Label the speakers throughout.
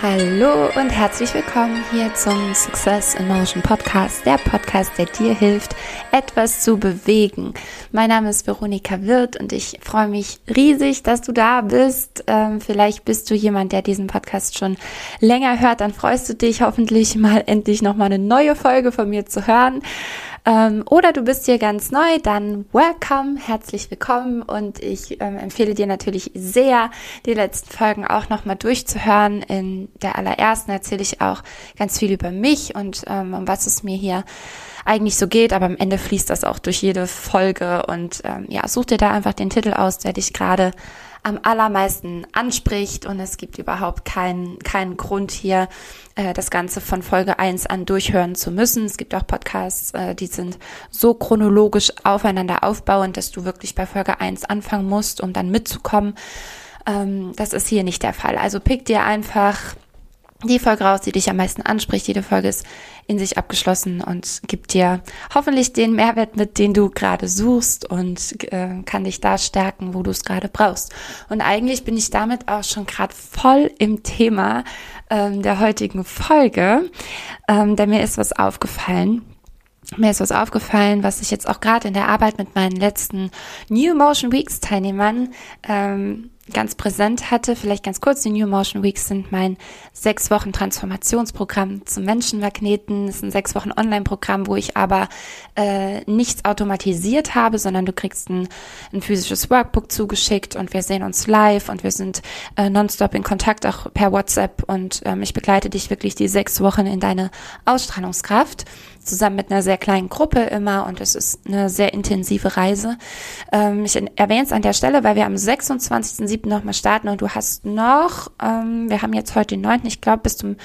Speaker 1: Hallo und herzlich willkommen hier zum Success in Motion Podcast, der Podcast, der dir hilft, etwas zu bewegen. Mein Name ist Veronika Wirth und ich freue mich riesig, dass du da bist. Vielleicht bist du jemand, der diesen Podcast schon länger hört, dann freust du dich hoffentlich mal endlich nochmal eine neue Folge von mir zu hören. Oder du bist hier ganz neu, dann welcome, herzlich willkommen und ich empfehle dir natürlich sehr, die letzten Folgen auch nochmal durchzuhören. In der allerersten erzähle ich auch ganz viel über mich und um was es mir hier eigentlich so geht, aber am Ende fließt das auch durch jede Folge und such dir da einfach den Titel aus, der dich gerade am allermeisten anspricht und es gibt überhaupt keinen Grund hier, das Ganze von Folge 1 an durchhören zu müssen. Es gibt auch Podcasts, die sind so chronologisch aufeinander aufbauend, dass du wirklich bei Folge 1 anfangen musst, um dann mitzukommen. Das ist hier nicht der Fall. Also pick dir einfach die Folge raus, die dich am meisten anspricht. Jede Folge ist in sich abgeschlossen und gibt dir hoffentlich den Mehrwert mit, den du gerade suchst und kann dich da stärken, wo du es gerade brauchst. Und eigentlich bin ich damit auch schon gerade voll im Thema der heutigen Folge, denn mir ist was aufgefallen. Was ich jetzt auch gerade in der Arbeit mit meinen letzten New Motion Weeks Teilnehmern ganz präsent hatte. Vielleicht ganz kurz, die New Motion Weeks sind mein 6 Wochen Transformationsprogramm zum Menschenmagneten. Das ist ein 6 Wochen Online-Programm, wo ich aber nichts automatisiert habe, sondern du kriegst ein physisches Workbook zugeschickt und wir sehen uns live und wir sind nonstop in Kontakt, auch per WhatsApp und ich begleite dich wirklich die 6 Wochen in deine Ausstrahlungskraft, zusammen mit einer sehr kleinen Gruppe immer und es ist eine sehr intensive Reise. Ich erwähne es an der Stelle, weil wir am 26.07. nochmal starten und du hast noch, wir haben jetzt heute den 9., ich glaube bis zum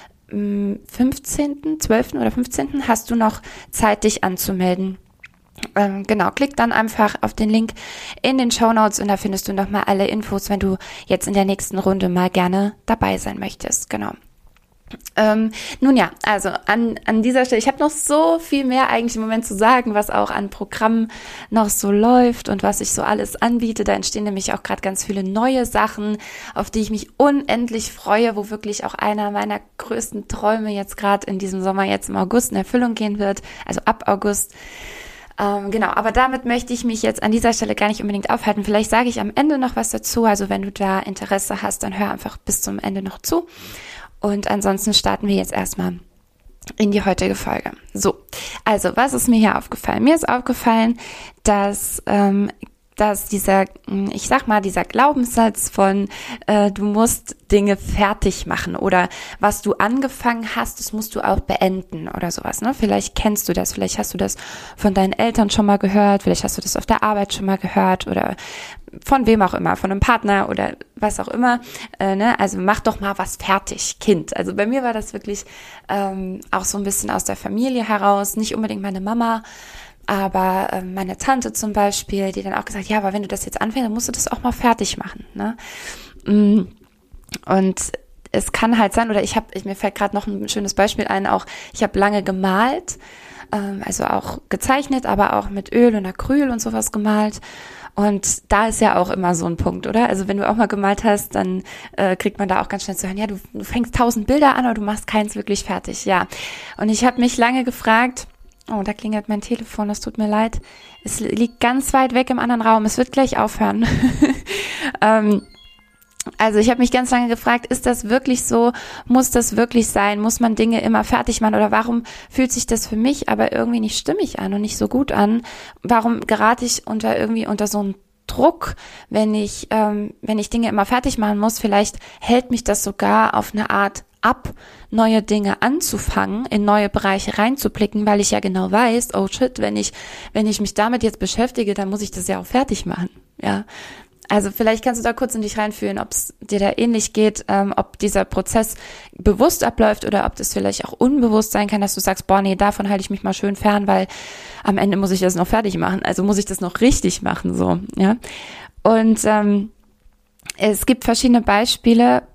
Speaker 1: 15., 12. oder 15. hast du noch Zeit, dich anzumelden. Genau, klick dann einfach auf den Link in den Shownotes und da findest du nochmal alle Infos, wenn du jetzt in der nächsten Runde mal gerne dabei sein möchtest. Genau. Nun ja, also an dieser Stelle, ich habe noch so viel mehr eigentlich im Moment zu sagen, was auch an Programmen noch so läuft und was ich so alles anbiete. Da entstehen nämlich auch gerade ganz viele neue Sachen, auf die ich mich unendlich freue, wo wirklich auch einer meiner größten Träume jetzt gerade in diesem Sommer, jetzt im August, in Erfüllung gehen wird, also ab August. Genau, aber damit möchte ich mich jetzt an dieser Stelle gar nicht unbedingt aufhalten. Vielleicht sage ich am Ende noch was dazu, also wenn du da Interesse hast, dann hör einfach bis zum Ende noch zu. Und ansonsten starten wir jetzt erstmal in die heutige Folge. So, also was ist mir hier aufgefallen? Mir ist aufgefallen, dass dieser Glaubenssatz von du musst Dinge fertig machen oder was du angefangen hast, das musst du auch beenden oder sowas. Ne? Vielleicht kennst du das, vielleicht hast du das von deinen Eltern schon mal gehört, vielleicht hast du das auf der Arbeit schon mal gehört oder von wem auch immer, von einem Partner oder was auch immer. Also mach doch mal was fertig, Kind. Also bei mir war das wirklich auch so ein bisschen aus der Familie heraus, nicht unbedingt meine Mama, aber meine Tante zum Beispiel, die dann auch gesagt, ja, aber wenn du das jetzt anfängst, dann musst du das auch mal fertig machen. Ne? Und es kann halt sein, oder mir fällt gerade noch ein schönes Beispiel ein, auch ich habe lange gemalt, also auch gezeichnet, aber auch mit Öl und Acryl und sowas gemalt. Und da ist ja auch immer so ein Punkt, oder? Also wenn du auch mal gemalt hast, dann kriegt man da auch ganz schnell zu hören, ja, du fängst 1000 Bilder an, aber du machst keins wirklich fertig. Ja. Und ich habe mich lange gefragt, oh, da klingelt mein Telefon, das tut mir leid. Es liegt ganz weit weg im anderen Raum, es wird gleich aufhören. Also ich habe mich ganz lange gefragt, ist das wirklich so? Muss das wirklich sein? Muss man Dinge immer fertig machen? Oder warum fühlt sich das für mich aber irgendwie nicht stimmig an und nicht so gut an? Warum gerate ich unter so einen Druck, wenn ich Dinge immer fertig machen muss? Vielleicht hält mich das sogar auf eine Art ab, neue Dinge anzufangen, in neue Bereiche reinzublicken, weil ich ja genau weiß, oh shit, wenn ich mich damit jetzt beschäftige, dann muss ich das ja auch fertig machen. Ja. Also vielleicht kannst du da kurz in dich reinfühlen, ob es dir da ähnlich geht, ob dieser Prozess bewusst abläuft oder ob das vielleicht auch unbewusst sein kann, dass du sagst, boah, nee, davon halte ich mich mal schön fern, weil am Ende muss ich das noch fertig machen, also muss ich das noch richtig machen, so, ja. Und es gibt verschiedene Beispiele,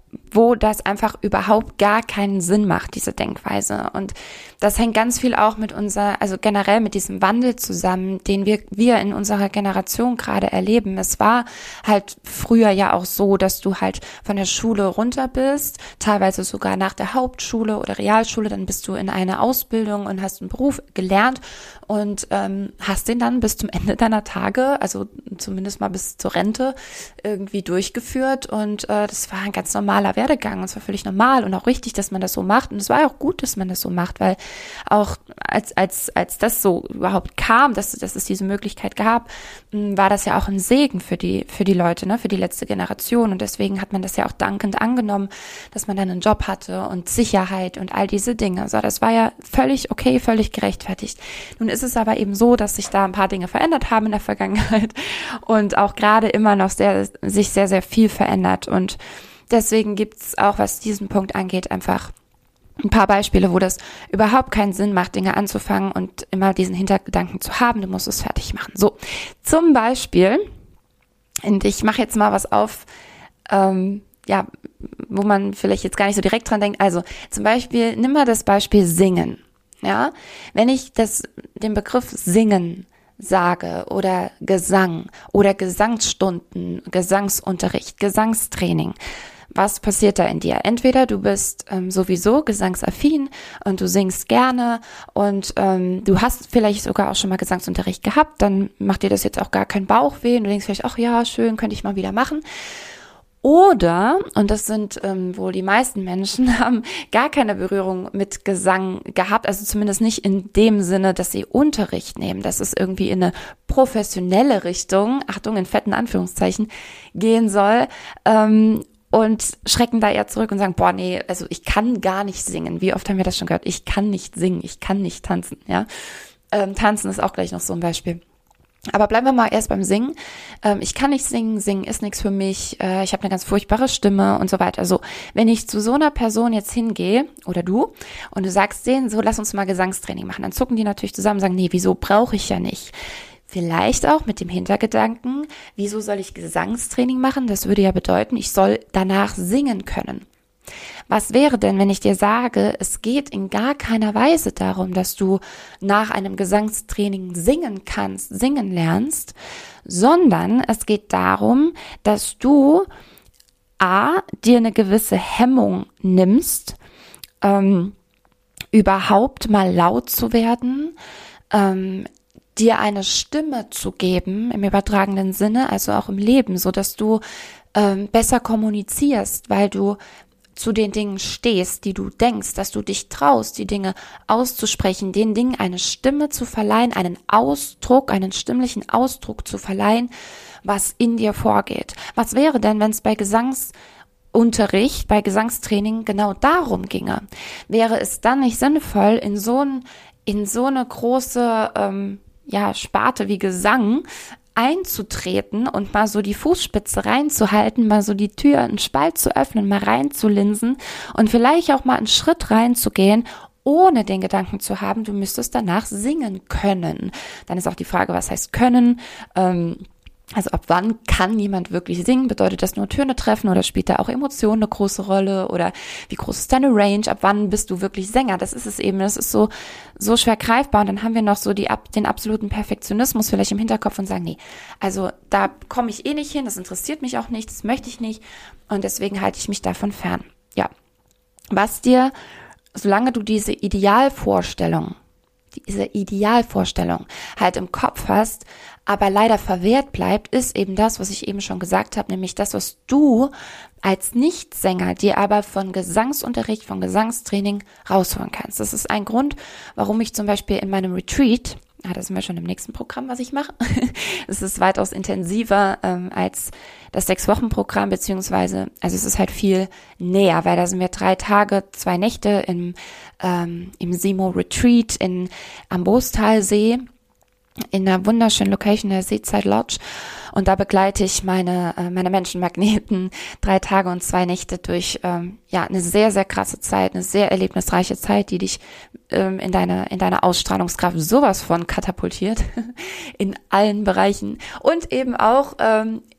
Speaker 1: wo das einfach überhaupt gar keinen Sinn macht, diese Denkweise. Und das hängt ganz viel auch mit also generell mit diesem Wandel zusammen, den wir in unserer Generation gerade erleben. Es war halt früher ja auch so, dass du halt von der Schule runter bist, teilweise sogar nach der Hauptschule oder Realschule, dann bist du in eine Ausbildung und hast einen Beruf gelernt und hast den dann bis zum Ende deiner Tage, also zumindest mal bis zur Rente, irgendwie durchgeführt. Und das war ein ganz normaler Werdegang. Es war völlig normal und auch richtig, dass man das so macht. Und es war auch gut, dass man das so macht, weil auch als das so überhaupt kam, dass es diese Möglichkeit gab, war das ja auch ein Segen für die Leute, ne, für die letzte Generation. Und deswegen hat man das ja auch dankend angenommen, dass man dann einen Job hatte und Sicherheit und all diese Dinge. Also das war ja völlig okay, völlig gerechtfertigt. Nun ist es aber eben so, dass sich da ein paar Dinge verändert haben in der Vergangenheit und auch gerade immer noch sich sehr, sehr viel verändert. Und deswegen gibt's auch, was diesen Punkt angeht, einfach ein paar Beispiele, wo das überhaupt keinen Sinn macht, Dinge anzufangen und immer diesen Hintergedanken zu haben, du musst es fertig machen. So, zum Beispiel, und ich mache jetzt mal was auf, wo man vielleicht jetzt gar nicht so direkt dran denkt. Also zum Beispiel, nimm mal das Beispiel Singen. Ja, wenn ich den Begriff Singen sage oder Gesang oder Gesangsstunden, Gesangsunterricht, Gesangstraining, was passiert da in dir? Entweder du bist sowieso gesangsaffin und du singst gerne und du hast vielleicht sogar auch schon mal Gesangsunterricht gehabt, dann macht dir das jetzt auch gar keinen Bauchweh und du denkst vielleicht, ach ja, schön, könnte ich mal wieder machen. Oder, und das sind wohl die meisten Menschen, haben gar keine Berührung mit Gesang gehabt, also zumindest nicht in dem Sinne, dass sie Unterricht nehmen, dass es irgendwie in eine professionelle Richtung, Achtung, in fetten Anführungszeichen, gehen soll, und schrecken da eher zurück und sagen, boah, nee, also ich kann gar nicht singen. Wie oft haben wir das schon gehört? Ich kann nicht singen, ich kann nicht tanzen, ja. Tanzen ist auch gleich noch so ein Beispiel. Aber bleiben wir mal erst beim Singen. Ich kann nicht singen, singen ist nichts für mich, ich habe eine ganz furchtbare Stimme und so weiter. Also wenn ich zu so einer Person jetzt hingehe, oder du, und du sagst denen, so lass uns mal Gesangstraining machen, dann zucken die natürlich zusammen und sagen, nee, wieso brauche ich ja nicht. Vielleicht auch mit dem Hintergedanken, wieso soll ich Gesangstraining machen? Das würde ja bedeuten, ich soll danach singen können. Was wäre denn, wenn ich dir sage, es geht in gar keiner Weise darum, dass du nach einem Gesangstraining singen kannst, singen lernst, sondern es geht darum, dass du dir eine gewisse Hemmung nimmst, überhaupt mal laut zu werden, dir eine Stimme zu geben, im übertragenen Sinne, also auch im Leben, so dass du besser kommunizierst, weil du zu den Dingen stehst, die du denkst, dass du dich traust, die Dinge auszusprechen, den Dingen eine Stimme zu verleihen, einen Ausdruck, einen stimmlichen Ausdruck zu verleihen, was in dir vorgeht. Was wäre denn, wenn es bei Gesangsunterricht, bei Gesangstraining genau darum ginge? Wäre es dann nicht sinnvoll, in so eine große Sparte wie Gesang einzutreten und mal so die Fußspitze reinzuhalten, mal so die Tür, einen Spalt zu öffnen, mal reinzulinsen und vielleicht auch mal einen Schritt reinzugehen, ohne den Gedanken zu haben, du müsstest danach singen können. Dann ist auch die Frage, was heißt können? Also ab wann kann jemand wirklich singen? Bedeutet das nur Töne treffen oder spielt da auch Emotionen eine große Rolle? Oder wie groß ist deine Range? Ab wann bist du wirklich Sänger? Das ist es eben. Das ist so schwer greifbar. Und dann haben wir noch so den absoluten Perfektionismus vielleicht im Hinterkopf und sagen, nee, also da komme ich eh nicht hin. Das interessiert mich auch nicht. Das möchte ich nicht. Und deswegen halte ich mich davon fern. Ja. Solange du diese Idealvorstellung halt im Kopf hast, aber leider verwehrt bleibt, ist eben das, was ich eben schon gesagt habe, nämlich das, was du als Nichtsänger dir aber von Gesangsunterricht, von Gesangstraining rausholen kannst. Das ist ein Grund, warum ich zum Beispiel in meinem Retreat, das sind wir schon im nächsten Programm, was ich mache, es ist weitaus intensiver als das 6-Wochen-Programm, also es ist halt viel näher, weil da sind wir 3 Tage, 2 Nächte im Simo Retreat am Boostalsee, in einer wunderschönen Location, der Seaside Lodge. Und da begleite ich meine Menschenmagneten 3 Tage und 2 Nächte durch eine sehr, sehr krasse Zeit, eine sehr erlebnisreiche Zeit, die dich in deiner Ausstrahlungskraft sowas von katapultiert in allen Bereichen und eben auch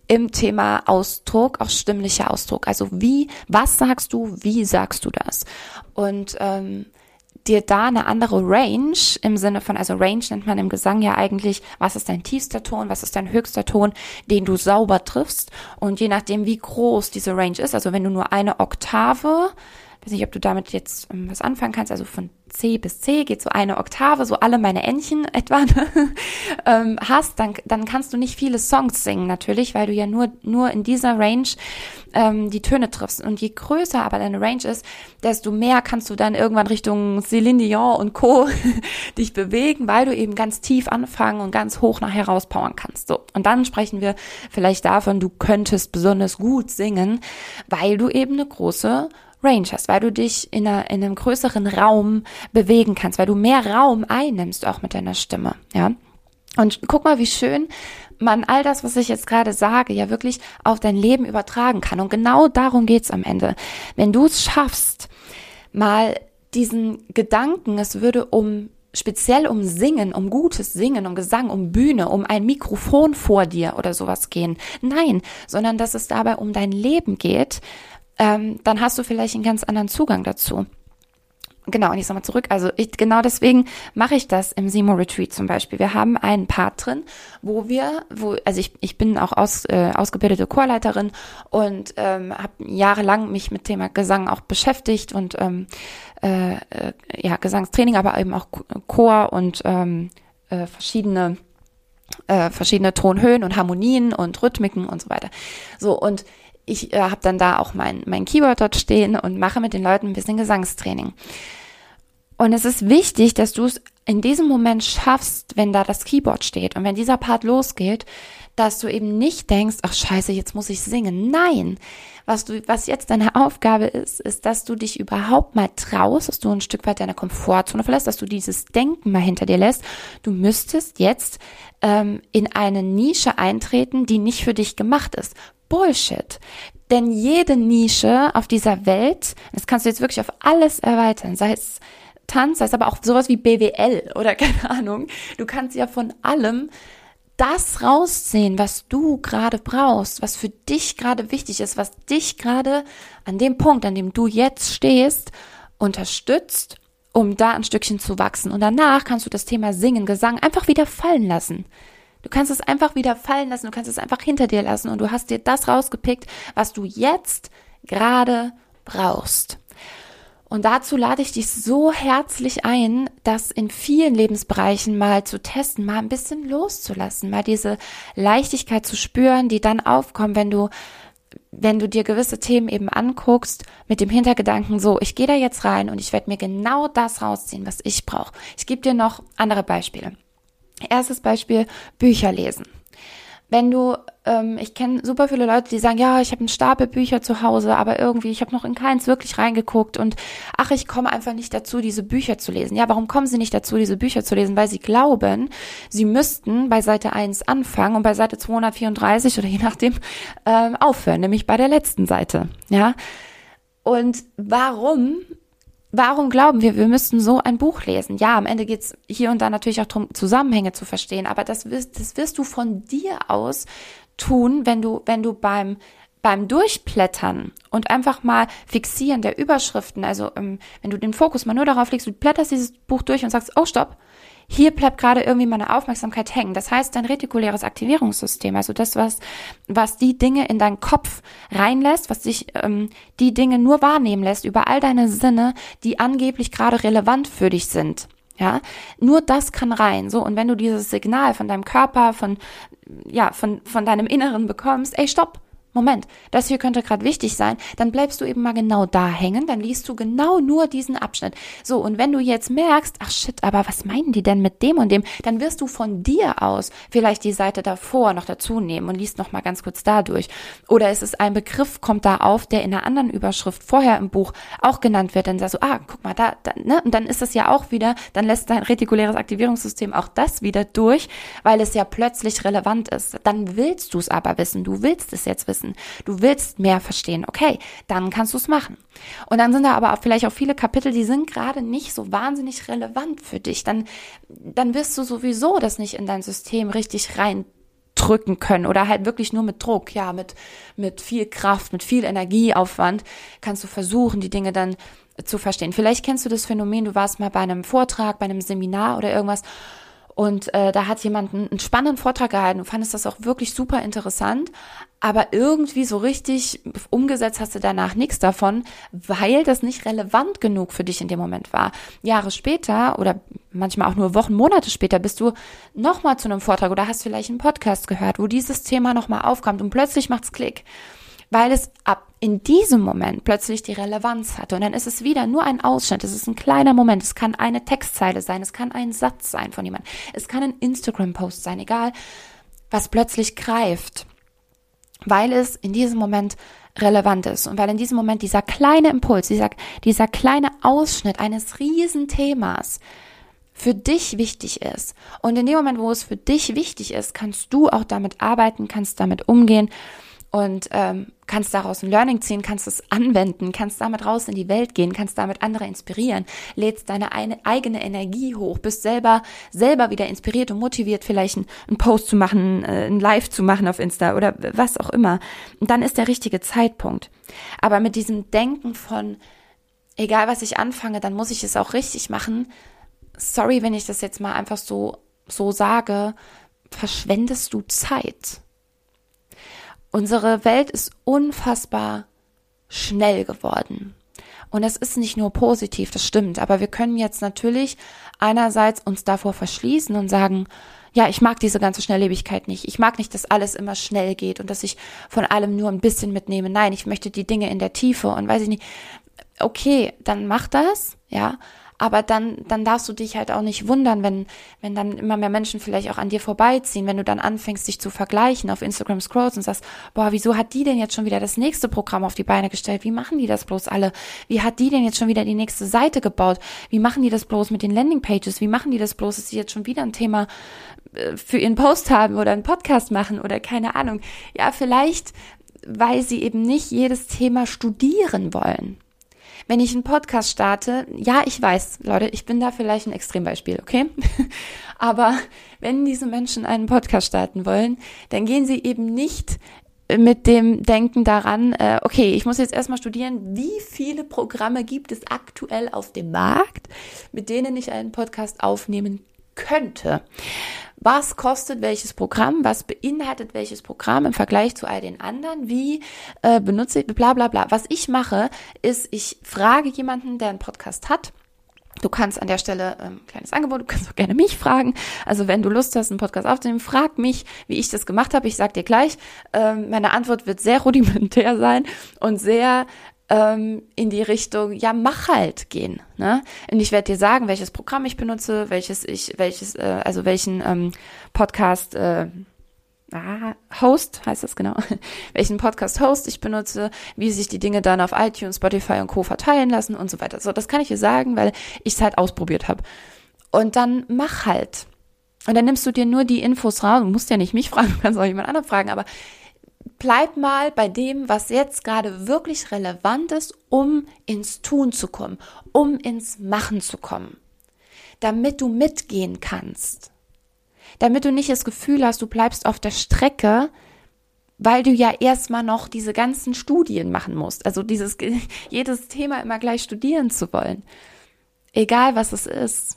Speaker 1: im Thema Ausdruck, auch stimmlicher Ausdruck. Also was sagst du, wie sagst du das? Und dir da eine andere Range im Sinne von, also Range nennt man im Gesang ja eigentlich, was ist dein tiefster Ton, was ist dein höchster Ton, den du sauber triffst. Und je nachdem, wie groß diese Range ist, also wenn du nur eine Oktave, weiß nicht, ob du damit jetzt was anfangen kannst, also von C bis C geht so eine Oktave, so alle meine Entchen etwa hast, dann kannst du nicht viele Songs singen natürlich, weil du ja nur in dieser Range die Töne triffst. Und je größer aber deine Range ist, desto mehr kannst du dann irgendwann Richtung Céline Dion und Co. dich bewegen, weil du eben ganz tief anfangen und ganz hoch nachher rauspowern kannst. So. Und dann sprechen wir vielleicht davon, du könntest besonders gut singen, weil du eben eine große Range hast, weil du dich in einem größeren Raum bewegen kannst, weil du mehr Raum einnimmst, auch mit deiner Stimme, ja. Und guck mal, wie schön man all das, was ich jetzt gerade sage, ja wirklich auf dein Leben übertragen kann. Und genau darum geht's am Ende. Wenn du es schaffst, mal diesen Gedanken, es würde speziell um Singen, um gutes Singen, um Gesang, um Bühne, um ein Mikrofon vor dir oder sowas gehen. Nein, sondern dass es dabei um dein Leben geht, dann hast du vielleicht einen ganz anderen Zugang dazu. Genau, und ich sag mal zurück, also genau deswegen mache ich das im Simo Retreat zum Beispiel. Wir haben einen Part drin, also ich bin auch ausgebildete Chorleiterin und habe jahrelang mich mit Thema Gesang auch beschäftigt und Gesangstraining, aber eben auch Chor und verschiedene Tonhöhen und Harmonien und Rhythmiken und so weiter. So, und ich habe dann da auch mein Keyboard dort stehen und mache mit den Leuten ein bisschen Gesangstraining. Und es ist wichtig, dass du es in diesem Moment schaffst, wenn da das Keyboard steht und wenn dieser Part losgeht, dass du eben nicht denkst, ach scheiße, jetzt muss ich singen. Nein, was jetzt deine Aufgabe ist, dass du dich überhaupt mal traust, dass du ein Stück weit deine Komfortzone verlässt, dass du dieses Denken mal hinter dir lässt. Du müsstest jetzt in eine Nische eintreten, die nicht für dich gemacht ist. Bullshit. Denn jede Nische auf dieser Welt, das kannst du jetzt wirklich auf alles erweitern, sei es Tanz, sei es aber auch sowas wie BWL oder keine Ahnung. Du kannst ja von allem das rausziehen, was du gerade brauchst, was für dich gerade wichtig ist, was dich gerade an dem Punkt, an dem du jetzt stehst, unterstützt, um da ein Stückchen zu wachsen. Und danach kannst du das Thema Singen, Gesang einfach wieder fallen lassen. Du kannst es einfach wieder fallen lassen, du kannst es einfach hinter dir lassen und du hast dir das rausgepickt, was du jetzt gerade brauchst. Und dazu lade ich dich so herzlich ein, das in vielen Lebensbereichen mal zu testen, mal ein bisschen loszulassen, mal diese Leichtigkeit zu spüren, die dann aufkommt, wenn du dir gewisse Themen eben anguckst, mit dem Hintergedanken, so, ich gehe da jetzt rein und ich werde mir genau das rausziehen, was ich brauche. Ich gebe dir noch andere Beispiele. Erstes Beispiel, Bücher lesen. Wenn du, ich kenne super viele Leute, die sagen, ja, ich habe einen Stapel Bücher zu Hause, aber irgendwie, ich habe noch in keins wirklich reingeguckt und ach, ich komme einfach nicht dazu, diese Bücher zu lesen. Ja, warum kommen sie nicht dazu, diese Bücher zu lesen? Weil sie glauben, sie müssten bei Seite 1 anfangen und bei Seite 234 oder je nachdem aufhören, nämlich bei der letzten Seite. Ja. Und Warum glauben wir müssten so ein Buch lesen? Ja, am Ende geht's hier und da natürlich auch darum, Zusammenhänge zu verstehen, aber das wirst du von dir aus tun, wenn du beim Durchblättern und einfach mal Fixieren der Überschriften, also wenn du den Fokus mal nur darauf legst, du blätterst dieses Buch durch und sagst, oh stopp, hier bleibt gerade irgendwie meine Aufmerksamkeit hängen. Das heißt, dein retikuläres Aktivierungssystem, also das, was die Dinge in deinen Kopf reinlässt, was dich die Dinge nur wahrnehmen lässt über all deine Sinne, die angeblich gerade relevant für dich sind. Ja, nur das kann rein. So, und wenn du dieses Signal von deinem Körper, von deinem Inneren bekommst, ey, stopp. Moment, das hier könnte gerade wichtig sein, dann bleibst du eben mal genau da hängen, dann liest du genau nur diesen Abschnitt. So, und wenn du jetzt merkst, ach shit, aber was meinen die denn mit dem und dem, dann wirst du von dir aus vielleicht die Seite davor noch dazu nehmen und liest noch mal ganz kurz da durch. Oder es ist ein Begriff, kommt da auf, der in einer anderen Überschrift vorher im Buch auch genannt wird, dann sagst du, guck mal, da, ne? Und dann ist es ja auch wieder, dann lässt dein retikuläres Aktivierungssystem auch das wieder durch, weil es ja plötzlich relevant ist. Dann willst du es aber wissen, du willst es jetzt wissen. Du willst mehr verstehen, okay, dann kannst du es machen. Und dann sind da aber auch vielleicht auch viele Kapitel, die sind gerade nicht so wahnsinnig relevant für dich. Dann wirst du sowieso das nicht in dein System richtig reindrücken drücken können oder halt wirklich nur mit Druck, ja, mit viel Kraft, mit viel Energieaufwand kannst du versuchen, die Dinge dann zu verstehen. Vielleicht kennst du das Phänomen, du warst mal bei einem Vortrag, bei einem Seminar oder irgendwas und da hat jemand einen spannenden Vortrag gehalten. Du fandest das auch wirklich super interessant, aber irgendwie so richtig umgesetzt hast du danach nichts davon, weil das nicht relevant genug für dich in dem Moment war. Jahre später oder manchmal auch nur Wochen, Monate später bist du nochmal zu einem Vortrag oder hast vielleicht einen Podcast gehört, wo dieses Thema nochmal aufkommt und plötzlich macht's Klick, weil es ab in diesem Moment plötzlich die Relevanz hatte. Und dann ist es wieder nur ein Ausschnitt, es ist ein kleiner Moment, es kann eine Textzeile sein, es kann ein Satz sein von jemandem, es kann ein Instagram-Post sein, egal, was plötzlich greift, weil es in diesem Moment relevant ist und weil in diesem Moment dieser kleine Impuls, dieser kleine Ausschnitt eines Riesenthemas für dich wichtig ist. Und in dem Moment, wo es für dich wichtig ist, kannst du auch damit arbeiten, kannst damit umgehen und kannst daraus ein Learning ziehen, kannst es anwenden, kannst damit raus in die Welt gehen, kannst damit andere inspirieren, lädst deine eigene Energie hoch, bist selber wieder inspiriert und motiviert, vielleicht einen Post zu machen, ein Live zu machen auf Insta oder was auch immer. Und dann ist der richtige Zeitpunkt. Aber mit diesem Denken von, egal was ich anfange, dann muss ich es auch richtig machen. Sorry, wenn ich das jetzt mal einfach so sage, verschwendest du Zeit. Unsere Welt ist unfassbar schnell geworden. Und das ist nicht nur positiv, das stimmt. Aber wir können jetzt natürlich einerseits uns davor verschließen und sagen, ja, ich mag diese ganze Schnelllebigkeit nicht. Ich mag nicht, dass alles immer schnell geht und dass ich von allem nur ein bisschen mitnehme. Nein, ich möchte die Dinge in der Tiefe und weiß ich nicht. Okay, dann mach das, ja. Aber dann darfst du dich halt auch nicht wundern, wenn dann immer mehr Menschen vielleicht auch an dir vorbeiziehen, wenn du dann anfängst, dich zu vergleichen, auf Instagram scrollst und sagst, boah, wieso hat die denn jetzt schon wieder das nächste Programm auf die Beine gestellt? Wie machen die das bloß alle? Wie hat die denn jetzt schon wieder die nächste Seite gebaut? Wie machen die das bloß mit den Landingpages? Wie machen die das bloß, dass sie jetzt schon wieder ein Thema für ihren Post haben oder einen Podcast machen oder keine Ahnung. Ja, vielleicht, weil sie eben nicht jedes Thema studieren wollen. Wenn ich einen Podcast starte, ja, ich weiß, Leute, ich bin da vielleicht ein Extrembeispiel, okay? Aber wenn diese Menschen einen Podcast starten wollen, dann gehen sie eben nicht mit dem Denken daran, okay, ich muss jetzt erstmal studieren, wie viele Programme gibt es aktuell auf dem Markt, mit denen ich einen Podcast aufnehmen könnte. Was kostet welches Programm? Was beinhaltet welches Programm im Vergleich zu all den anderen? Wie benutze ich, bla bla bla. Was ich mache, ist, ich frage jemanden, der einen Podcast hat. Du kannst an der Stelle, kleines Angebot, du kannst auch gerne mich fragen. Also wenn du Lust hast, einen Podcast aufzunehmen, frag mich, wie ich das gemacht habe. Ich sag dir gleich, meine Antwort wird sehr rudimentär sein und sehr in die Richtung, ja, mach halt gehen, ne? Und ich werde dir sagen, welches Programm ich benutze, welchen Podcast Host heißt das genau, welchen Podcast-Host ich benutze, wie sich die Dinge dann auf iTunes, Spotify und Co. verteilen lassen und so weiter. So, das kann ich dir sagen, weil ich es halt ausprobiert habe. Und dann mach halt. Und dann nimmst du dir nur die Infos raus. Du musst ja nicht mich fragen, du kannst auch jemand anderen fragen, aber bleib mal bei dem, was jetzt gerade wirklich relevant ist, um ins Tun zu kommen, um ins Machen zu kommen, damit du mitgehen kannst, damit du nicht das Gefühl hast, du bleibst auf der Strecke, weil du ja erstmal noch diese ganzen Studien machen musst, also jedes Thema immer gleich studieren zu wollen, egal was es ist.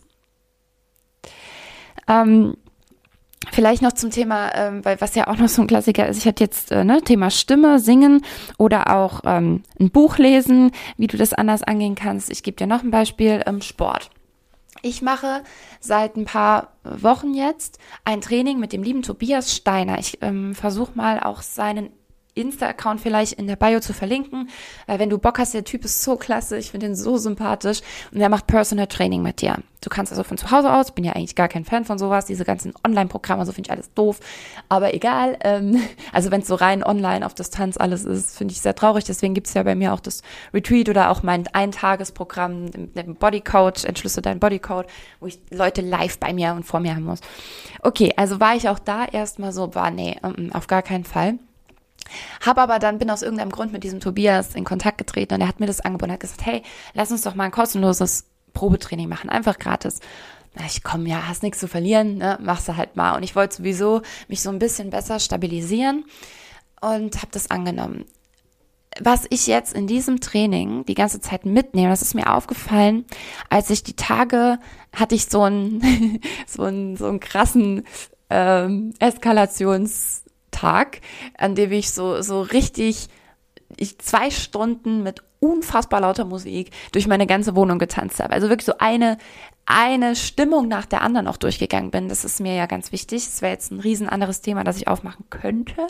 Speaker 1: Vielleicht noch zum Thema, weil was ja auch noch so ein Klassiker ist, ich hatte jetzt Thema Stimme, Singen oder auch ein Buch lesen, wie du das anders angehen kannst. Ich gebe dir noch ein Beispiel, Sport. Ich mache seit ein paar Wochen jetzt ein Training mit dem lieben Tobias Steiner. Ich versuche mal auch seinen Insta-Account vielleicht in der Bio zu verlinken, weil wenn du Bock hast, der Typ ist so klasse, ich finde ihn so sympathisch und er macht Personal Training mit dir. Du kannst also von zu Hause aus, bin ja eigentlich gar kein Fan von sowas, diese ganzen Online-Programme, so finde ich alles doof, aber egal, also wenn es so rein online auf Distanz alles ist, finde ich sehr traurig, deswegen gibt's ja bei mir auch das Retreat oder auch mein Eintagesprogramm, den Bodycoach, entschlüsse deinen Bodycode, wo ich Leute live bei mir und vor mir haben muss. Okay, also war ich auch da erstmal so, auf gar keinen Fall. Bin aus irgendeinem Grund mit diesem Tobias in Kontakt getreten und er hat mir das angeboten, hat gesagt, hey, lass uns doch mal ein kostenloses Probetraining machen, einfach gratis. ja, hast nichts zu verlieren, ne? Machst du halt mal. Und ich wollte sowieso mich so ein bisschen besser stabilisieren und habe das angenommen. Was ich jetzt in diesem Training die ganze Zeit mitnehme, das ist mir aufgefallen, als ich die Tage hatte ich so einen so einen krassen Eskalationstag, an dem ich so richtig 2 Stunden mit unfassbar lauter Musik durch meine ganze Wohnung getanzt habe. Also wirklich so eine Stimmung nach der anderen auch durchgegangen bin. Das ist mir ja ganz wichtig. Das wäre jetzt ein riesen anderes Thema, das ich aufmachen könnte.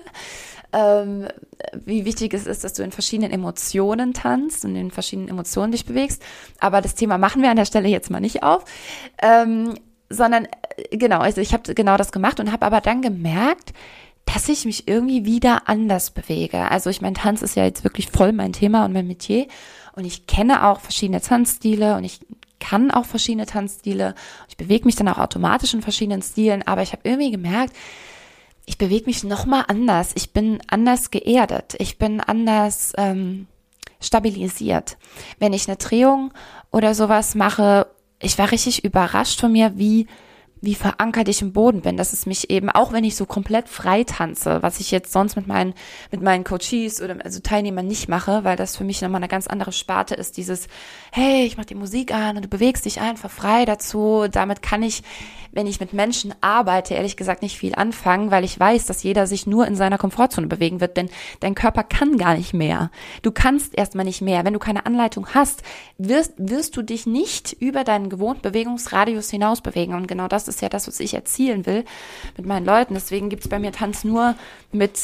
Speaker 1: Wie wichtig es ist, dass du in verschiedenen Emotionen tanzt und in verschiedenen Emotionen dich bewegst. Aber das Thema machen wir an der Stelle jetzt mal nicht auf. Sondern, genau, also ich habe genau das gemacht und habe aber dann gemerkt, dass ich mich irgendwie wieder anders bewege. Also ich meine, Tanz ist ja jetzt wirklich voll mein Thema und mein Metier. Und ich kenne auch verschiedene Tanzstile und ich kann auch verschiedene Tanzstile. Ich bewege mich dann auch automatisch in verschiedenen Stilen. Aber ich habe irgendwie gemerkt, ich bewege mich nochmal anders. Ich bin anders geerdet. Ich bin anders stabilisiert. Wenn ich eine Drehung oder sowas mache, ich war richtig überrascht von mir, wie verankert ich im Boden bin, dass es mich eben, auch wenn ich so komplett frei tanze, was ich jetzt sonst mit meinen Coaches oder also Teilnehmern nicht mache, weil das für mich nochmal eine ganz andere Sparte ist, dieses, hey, ich mach die Musik an und du bewegst dich einfach frei dazu. Damit kann ich, wenn ich mit Menschen arbeite, ehrlich gesagt nicht viel anfangen, weil ich weiß, dass jeder sich nur in seiner Komfortzone bewegen wird, denn dein Körper kann gar nicht mehr. Du kannst erstmal nicht mehr. Wenn du keine Anleitung hast, wirst du dich nicht über deinen gewohnten Bewegungsradius hinaus bewegen. Und genau das ist ja das, was ich erzielen will mit meinen Leuten. Deswegen gibt's bei mir Tanz nur mit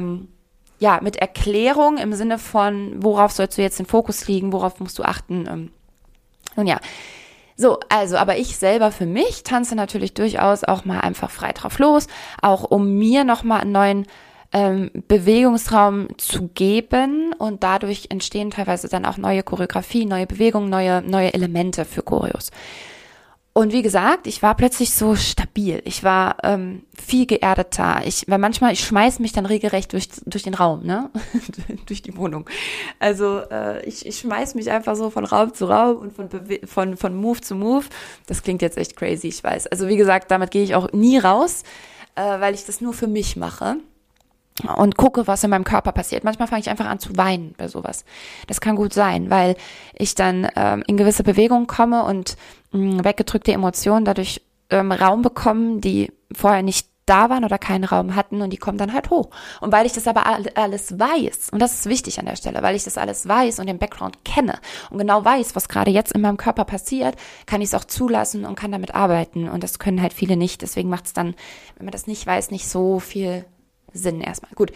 Speaker 1: Erklärung im Sinne von, worauf sollst du jetzt den Fokus legen, worauf musst du achten. Nun ja, so, also, aber ich selber für mich tanze natürlich durchaus auch mal einfach frei drauf los, auch um mir nochmal einen neuen Bewegungsraum zu geben, und dadurch entstehen teilweise dann auch neue Choreografien, neue Bewegungen, neue Elemente für Choreos. Und wie gesagt, ich war plötzlich so stabil. Ich war viel geerdeter. Weil manchmal, ich schmeiß mich dann regelrecht durch den Raum, ne? Durch die Wohnung. Also ich schmeiß mich einfach so von Raum zu Raum und von Move zu Move. Das klingt jetzt echt crazy, ich weiß. Also wie gesagt, damit gehe ich auch nie raus, weil ich das nur für mich mache und gucke, was in meinem Körper passiert. Manchmal fange ich einfach an zu weinen bei sowas. Das kann gut sein, weil ich dann in gewisse Bewegungen komme und weggedrückte Emotionen dadurch Raum bekommen, die vorher nicht da waren oder keinen Raum hatten, und die kommen dann halt hoch. Und weil ich das aber alles weiß, und das ist wichtig an der Stelle, weil ich das alles weiß und den Background kenne und genau weiß, was gerade jetzt in meinem Körper passiert, kann ich es auch zulassen und kann damit arbeiten. Und das können halt viele nicht. Deswegen macht es dann, wenn man das nicht weiß, nicht so viel Sinn erstmal. Gut.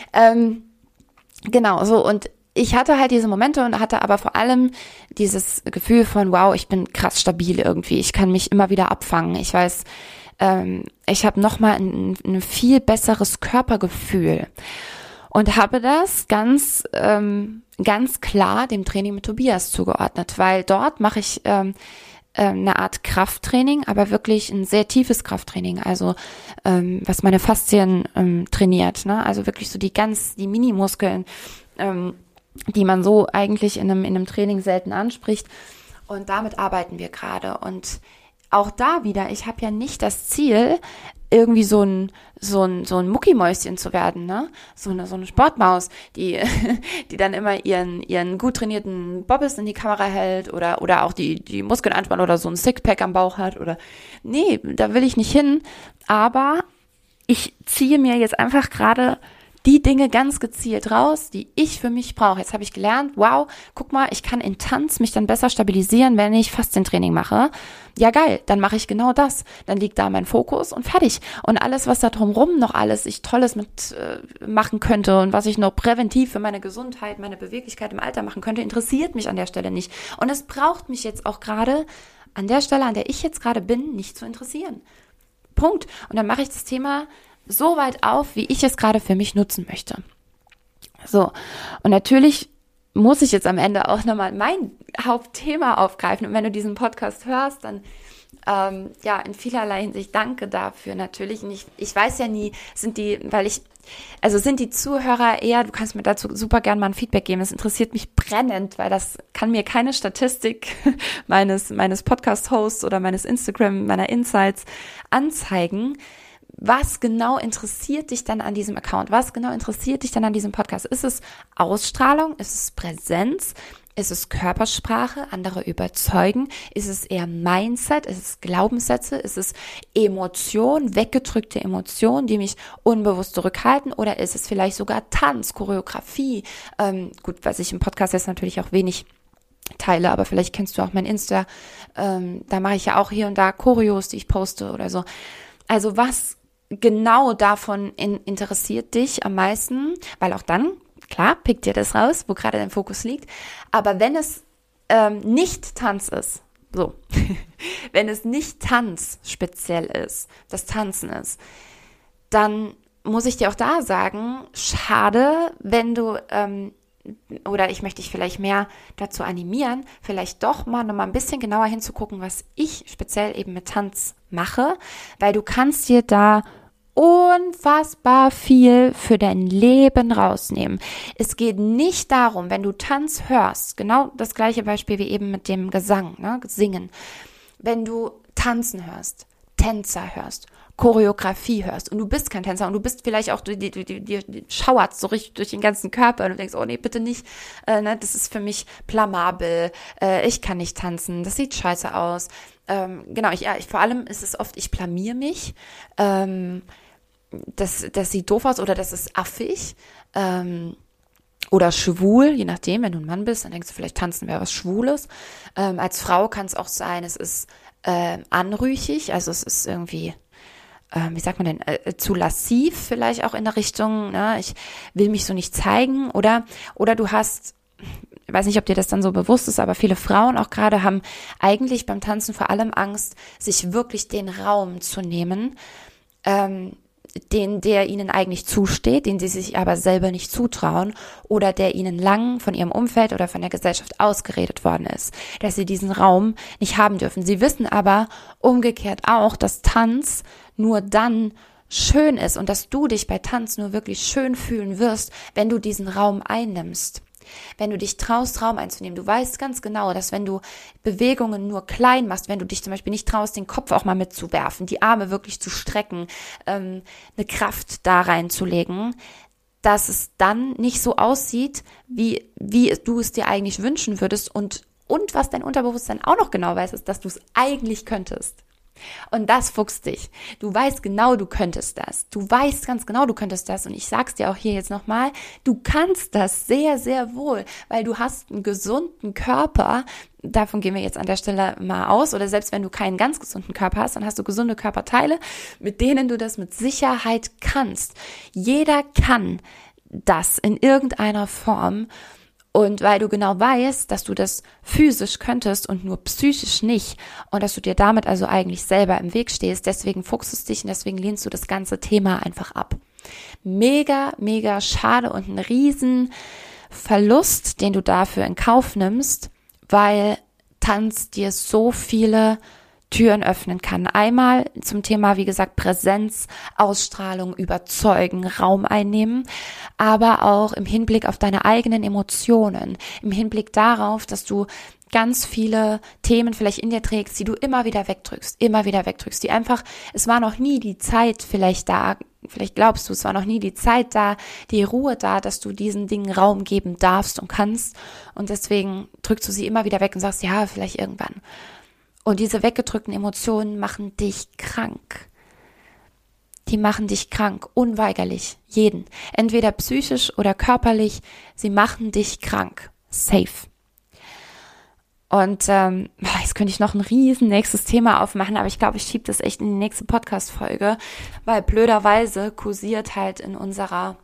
Speaker 1: Genau, so, und ich hatte halt diese Momente und hatte aber vor allem dieses Gefühl von, wow, ich bin krass stabil irgendwie. Ich kann mich immer wieder abfangen. Ich weiß, ich habe nochmal ein viel besseres Körpergefühl und habe das ganz klar dem Training mit Tobias zugeordnet, weil dort mache ich eine Art Krafttraining, aber wirklich ein sehr tiefes Krafttraining, also was meine Faszien trainiert, ne? Also wirklich so die Minimuskeln, die man so eigentlich in einem Training selten anspricht, und damit arbeiten wir gerade. Und auch da wieder, ich habe ja nicht das Ziel, irgendwie so ein Muckimäuschen zu werden, ne? So eine Sportmaus, die dann immer ihren gut trainierten Bobbes in die Kamera hält oder auch die Muskeln anspannt oder so ein Sixpack am Bauch hat oder, nee, da will ich nicht hin. Aber ich ziehe mir jetzt einfach gerade die Dinge ganz gezielt raus, die ich für mich brauche. Jetzt habe ich gelernt, wow, guck mal, ich kann in Tanz mich dann besser stabilisieren, wenn ich Faszientraining mache. Ja, geil, dann mache ich genau das. Dann liegt da mein Fokus und fertig. Und alles, was da drumherum noch alles ich Tolles mit machen könnte und was ich noch präventiv für meine Gesundheit, meine Beweglichkeit im Alter machen könnte, interessiert mich an der Stelle nicht. Und es braucht mich jetzt auch gerade an der Stelle, an der ich jetzt gerade bin, nicht zu interessieren. Punkt. Und dann mache ich das Thema so weit auf, wie ich es gerade für mich nutzen möchte. So, und natürlich muss ich jetzt am Ende auch nochmal mein Hauptthema aufgreifen. Und wenn du diesen Podcast hörst, dann in vielerlei Hinsicht danke dafür natürlich. Und ich weiß ja nie, sind die Zuhörer eher, du kannst mir dazu super gerne mal ein Feedback geben, es interessiert mich brennend, weil das kann mir keine Statistik meines Podcast-Hosts oder meines Instagram, meiner Insights anzeigen. Was genau interessiert dich dann an diesem Account? Was genau interessiert dich dann an diesem Podcast? Ist es Ausstrahlung? Ist es Präsenz? Ist es Körpersprache, andere überzeugen? Ist es eher Mindset? Ist es Glaubenssätze? Ist es Emotion, weggedrückte Emotionen, die mich unbewusst zurückhalten? Oder ist es vielleicht sogar Tanz, Choreografie? Gut, was ich im Podcast jetzt natürlich auch wenig teile, aber vielleicht kennst du auch mein Insta. Da mache ich ja auch hier und da Choreos, die ich poste oder so. Also was genau davon interessiert dich am meisten? Weil auch dann, klar, pick dir das raus, wo gerade dein Fokus liegt. Aber wenn es nicht Tanz ist, so, wenn es nicht Tanz speziell ist, das Tanzen ist, dann muss ich dir auch da sagen, schade, wenn du, oder ich möchte dich vielleicht mehr dazu animieren, vielleicht doch mal noch mal ein bisschen genauer hinzugucken, was ich speziell eben mit Tanz mache, weil du kannst dir da unfassbar viel für dein Leben rausnehmen. Es geht nicht darum, wenn du Tanz hörst, genau das gleiche Beispiel wie eben mit dem Gesang, ne, Singen. Wenn du Tanzen hörst, Tänzer hörst, Choreografie hörst und du bist kein Tänzer und du bist vielleicht auch, die schauert so richtig durch den ganzen Körper und du denkst, oh nee, bitte nicht, das ist für mich blamabel, ich kann nicht tanzen, das sieht scheiße aus. Ich vor allem ist es oft, ich blamier mich, das sieht doof aus oder das ist affig, oder schwul, je nachdem, wenn du ein Mann bist, dann denkst du vielleicht, tanzen wäre was Schwules. Als Frau kann es auch sein, es ist anrüchig, also es ist irgendwie, wie sagt man denn, zu lassiv vielleicht auch in der Richtung, ne? Ich will mich so nicht zeigen oder du hast, ich weiß nicht, ob dir das dann so bewusst ist, aber viele Frauen auch gerade haben eigentlich beim Tanzen vor allem Angst, sich wirklich den Raum zu nehmen, der ihnen eigentlich zusteht, den sie sich aber selber nicht zutrauen oder der ihnen lang von ihrem Umfeld oder von der Gesellschaft ausgeredet worden ist, dass sie diesen Raum nicht haben dürfen. Sie wissen aber umgekehrt auch, dass Tanz nur dann schön ist und dass du dich bei Tanz nur wirklich schön fühlen wirst, wenn du diesen Raum einnimmst. Wenn du dich traust, Raum einzunehmen, du weißt ganz genau, dass wenn du Bewegungen nur klein machst, wenn du dich zum Beispiel nicht traust, den Kopf auch mal mitzuwerfen, die Arme wirklich zu strecken, eine Kraft da reinzulegen, dass es dann nicht so aussieht, wie du es dir eigentlich wünschen würdest und was dein Unterbewusstsein auch noch genau weiß, ist, dass du es eigentlich könntest. Und das fuchst dich. Du weißt genau, du könntest das. Du weißt ganz genau, du könntest das. Und ich sag's dir auch hier jetzt nochmal, du kannst das sehr, sehr wohl, weil du hast einen gesunden Körper. Davon gehen wir jetzt an der Stelle mal aus. Oder selbst wenn du keinen ganz gesunden Körper hast, dann hast du gesunde Körperteile, mit denen du das mit Sicherheit kannst. Jeder kann das in irgendeiner Form. Und weil du genau weißt, dass du das physisch könntest und nur psychisch nicht und dass du dir damit also eigentlich selber im Weg stehst, deswegen fuchst es dich und deswegen lehnst du das ganze Thema einfach ab. Mega, mega schade und ein riesen Verlust, den du dafür in Kauf nimmst, weil Tanz dir so viele Türen öffnen kann. Einmal zum Thema, wie gesagt, Präsenz, Ausstrahlung, überzeugen, Raum einnehmen, aber auch im Hinblick auf deine eigenen Emotionen, im Hinblick darauf, dass du ganz viele Themen vielleicht in dir trägst, die du immer wieder wegdrückst, die einfach, es war noch nie die Zeit vielleicht da, vielleicht glaubst du, es war noch nie die Zeit da, die Ruhe da, dass du diesen Dingen Raum geben darfst und kannst und deswegen drückst du sie immer wieder weg und sagst, ja, vielleicht irgendwann. Und diese weggedrückten Emotionen machen dich krank. Die machen dich krank, unweigerlich, jeden. Entweder psychisch oder körperlich, sie machen dich krank. Safe. Und jetzt könnte ich noch ein riesen nächstes Thema aufmachen, aber ich glaube, ich schiebe das echt in die nächste Podcast-Folge, weil blöderweise kursiert halt in unserer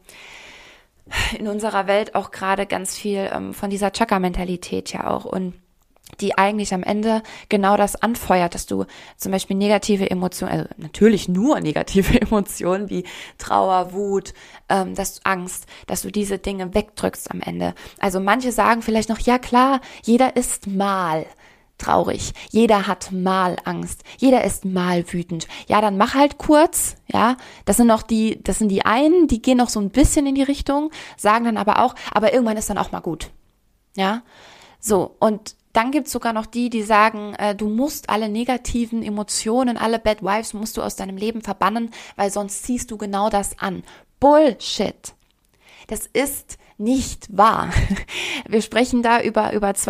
Speaker 1: Welt auch gerade ganz viel von dieser Chakra-Mentalität ja auch und die eigentlich am Ende genau das anfeuert, dass du zum Beispiel negative Emotionen, also natürlich nur negative Emotionen wie Trauer, Wut, Angst, dass du diese Dinge wegdrückst am Ende. Also manche sagen vielleicht noch, ja klar, jeder ist mal traurig. Jeder hat mal Angst. Jeder ist mal wütend. Ja, dann mach halt kurz, ja. Das sind die einen, die gehen noch so ein bisschen in die Richtung, sagen dann aber irgendwann ist dann auch mal gut. Ja. So, und dann gibt's sogar noch die sagen, du musst alle negativen Emotionen, alle Bad Vibes musst du aus deinem Leben verbannen, weil sonst ziehst du genau das an. Bullshit. Das ist nicht wahr. Wir sprechen da über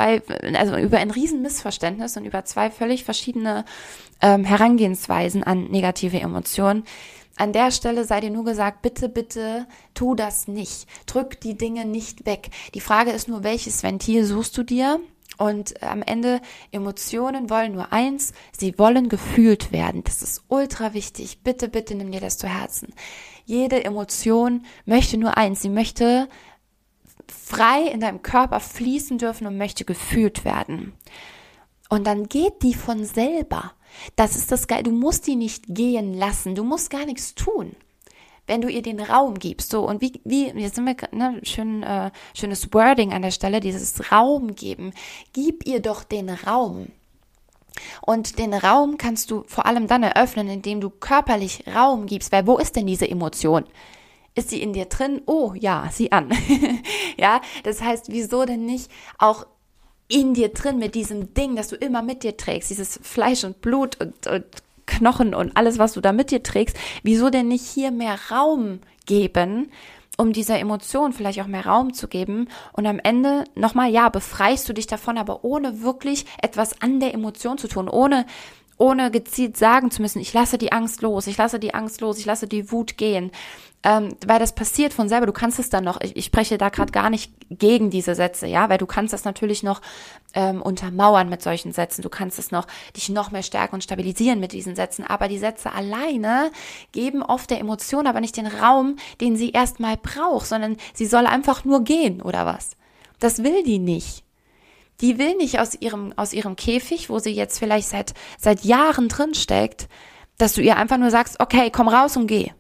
Speaker 1: ein riesen Missverständnis und über zwei völlig verschiedene Herangehensweisen an negative Emotionen. An der Stelle sei dir nur gesagt, bitte, bitte tu das nicht. Drück die Dinge nicht weg. Die Frage ist nur, welches Ventil suchst du dir? Und am Ende, Emotionen wollen nur eins, sie wollen gefühlt werden. Das ist ultra wichtig. Bitte, bitte nimm dir das zu Herzen. Jede Emotion möchte nur eins, sie möchte frei in deinem Körper fließen dürfen und möchte gefühlt werden. Und dann geht die von selber. Das ist das Geile. Du musst die nicht gehen lassen. Du musst gar nichts tun, wenn du ihr den Raum gibst. So, und jetzt sind wir, schönes Wording an der Stelle, dieses Raum geben. Gib ihr doch den Raum. Und den Raum kannst du vor allem dann eröffnen, indem du körperlich Raum gibst. Weil wo ist denn diese Emotion? Ist sie in dir drin? Oh ja, sieh an. Ja, das heißt, wieso denn nicht auch in dir drin mit diesem Ding, das du immer mit dir trägst, dieses Fleisch und Blut und Knochen und alles, was du da mit dir trägst, wieso denn nicht hier mehr Raum geben, um dieser Emotion vielleicht auch mehr Raum zu geben und am Ende nochmal, ja, befreist du dich davon, aber ohne wirklich etwas an der Emotion zu tun, ohne gezielt sagen zu müssen, ich lasse die Angst los, ich lasse die Wut gehen, weil das passiert von selber, du kannst es dann noch, ich spreche da gerade gar nicht gegen diese Sätze, ja, weil du kannst das natürlich noch untermauern mit solchen Sätzen, du kannst es dich noch mehr stärken und stabilisieren mit diesen Sätzen, aber die Sätze alleine geben oft der Emotion aber nicht den Raum, den sie erstmal braucht, sondern sie soll einfach nur gehen, oder was? Das will die nicht. Die will nicht aus ihrem Käfig, wo sie jetzt vielleicht seit Jahren drin steckt, dass du ihr einfach nur sagst, okay, komm raus und geh.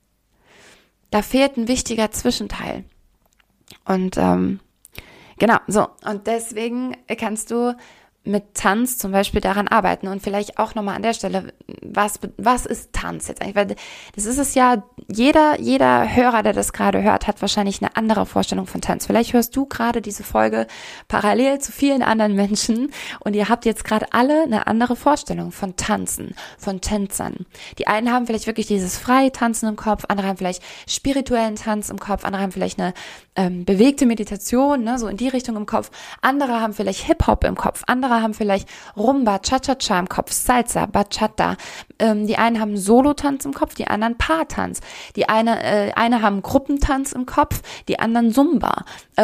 Speaker 1: Da fehlt ein wichtiger Zwischenteil. Und genau, so. Und deswegen kannst du mit Tanz zum Beispiel daran arbeiten und vielleicht auch nochmal an der Stelle, was ist Tanz jetzt eigentlich? Weil das ist es ja, jeder Hörer, der das gerade hört, hat wahrscheinlich eine andere Vorstellung von Tanz. Vielleicht hörst du gerade diese Folge parallel zu vielen anderen Menschen und ihr habt jetzt gerade alle eine andere Vorstellung von Tanzen, von Tänzern. Die einen haben vielleicht wirklich dieses freie Tanzen im Kopf, andere haben vielleicht spirituellen Tanz im Kopf, andere haben vielleicht eine bewegte Meditation, ne, so in die Richtung im Kopf. Andere haben vielleicht Hip-Hop im Kopf, andere haben vielleicht Rumba, Cha-Cha-Cha im Kopf, Salsa, Bachata. Die einen haben Solo-Tanz im Kopf, die anderen Paartanz. Die eine haben Gruppentanz im Kopf, die anderen Zumba.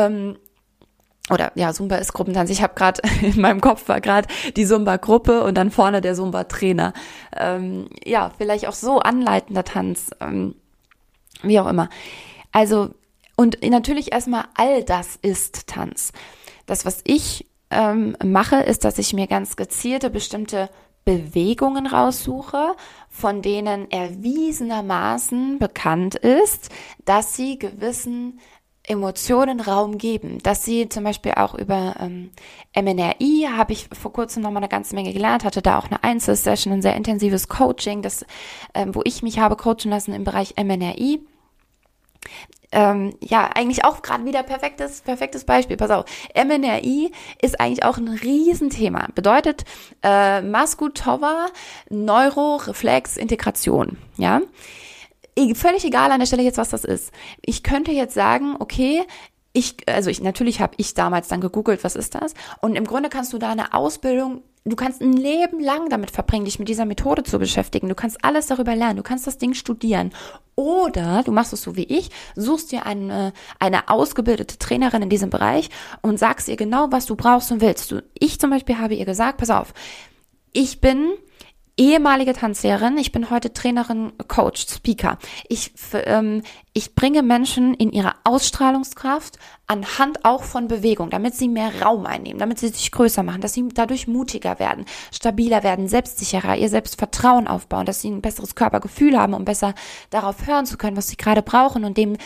Speaker 1: Zumba ist Gruppentanz. Ich habe gerade, in meinem Kopf war gerade die Zumba-Gruppe und dann vorne der Zumba-Trainer. Vielleicht auch so anleitender Tanz, wie auch immer. Also, und natürlich erstmal all das ist Tanz. Das, was ich mache, ist, dass ich mir ganz gezielte bestimmte Bewegungen raussuche, von denen erwiesenermaßen bekannt ist, dass sie gewissen Emotionen Raum geben, dass sie zum Beispiel auch über MNRI, habe ich vor kurzem nochmal eine ganze Menge gelernt, hatte da auch eine Einzelsession, ein sehr intensives Coaching, wo ich mich habe coachen lassen im Bereich MNRI. Eigentlich auch gerade wieder perfektes Beispiel. Pass auf, MNRI ist eigentlich auch ein Riesenthema. Bedeutet Musculaturer Neuroreflex-Integration. Ja, völlig egal an der Stelle jetzt, was das ist. Ich könnte jetzt sagen, okay, natürlich habe ich damals dann gegoogelt, was ist das? Und im Grunde kannst du da eine Ausbildung, du kannst ein Leben lang damit verbringen, dich mit dieser Methode zu beschäftigen. Du kannst alles darüber lernen, du kannst das Ding studieren. Oder du machst es so wie ich, suchst dir eine ausgebildete Trainerin in diesem Bereich und sagst ihr genau, was du brauchst und willst. Ich zum Beispiel habe ihr gesagt, pass auf, ich bin ehemalige Tanzlehrerin, ich bin heute Trainerin, Coach, Speaker. Ich bringe Menschen in ihre Ausstrahlungskraft anhand auch von Bewegung, damit sie mehr Raum einnehmen, damit sie sich größer machen, dass sie dadurch mutiger werden, stabiler werden, selbstsicherer, ihr Selbstvertrauen aufbauen, dass sie ein besseres Körpergefühl haben, um besser darauf hören zu können, was sie gerade brauchen und dem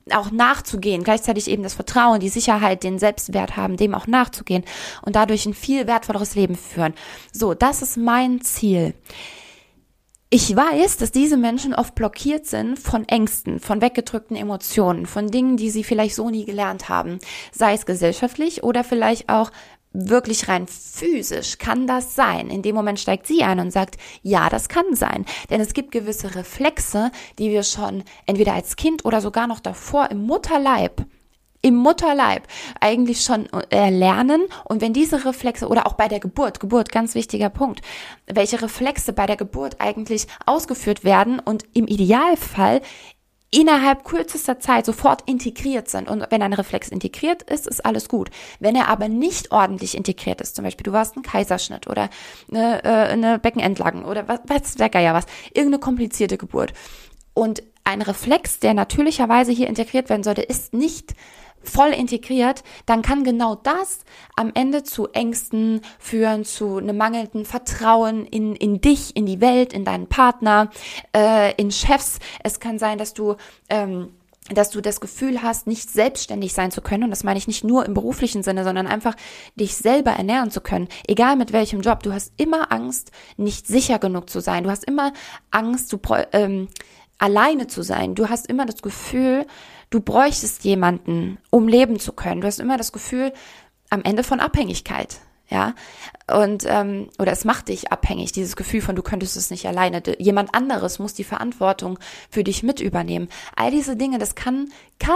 Speaker 1: auch nachzugehen, gleichzeitig eben das Vertrauen, die Sicherheit, den Selbstwert haben, dem auch nachzugehen und dadurch ein viel wertvolleres Leben führen. So, das ist mein Ziel. Ich weiß, dass diese Menschen oft blockiert sind von Ängsten, von weggedrückten Emotionen, von Dingen, die sie vielleicht so nie gelernt haben, sei es gesellschaftlich oder vielleicht auch wirklich rein physisch. Kann das sein? In dem Moment steigt sie ein und sagt, ja, das kann sein. Denn es gibt gewisse Reflexe, die wir schon entweder als Kind oder sogar noch davor im Mutterleib eigentlich schon lernen. Und wenn diese Reflexe oder auch bei der Geburt, ganz wichtiger Punkt, welche Reflexe bei der Geburt eigentlich ausgeführt werden und im Idealfall innerhalb kürzester Zeit sofort integriert sind. Und wenn ein Reflex integriert ist, ist alles gut. Wenn er aber nicht ordentlich integriert ist, zum Beispiel du hast einen Kaiserschnitt oder eine Beckenentlagen oder was der Geier was, irgendeine komplizierte Geburt. Und ein Reflex, der natürlicherweise hier integriert werden sollte, ist nicht voll integriert, dann kann genau das am Ende zu Ängsten führen, zu einem mangelnden Vertrauen in dich, in die Welt, in deinen Partner, in Chefs. Es kann sein, dass du das Gefühl hast, nicht selbstständig sein zu können. Und das meine ich nicht nur im beruflichen Sinne, sondern einfach dich selber ernähren zu können. Egal mit welchem Job. Du hast immer Angst, nicht sicher genug zu sein. Du hast immer Angst, alleine zu sein. Du hast immer das Gefühl, du bräuchtest jemanden, um leben zu können. Du hast immer das Gefühl, am Ende von Abhängigkeit, ja. Und, oder es macht dich abhängig, dieses Gefühl von, du könntest es nicht alleine. Jemand anderes muss die Verantwortung für dich mit übernehmen. All diese Dinge, das kann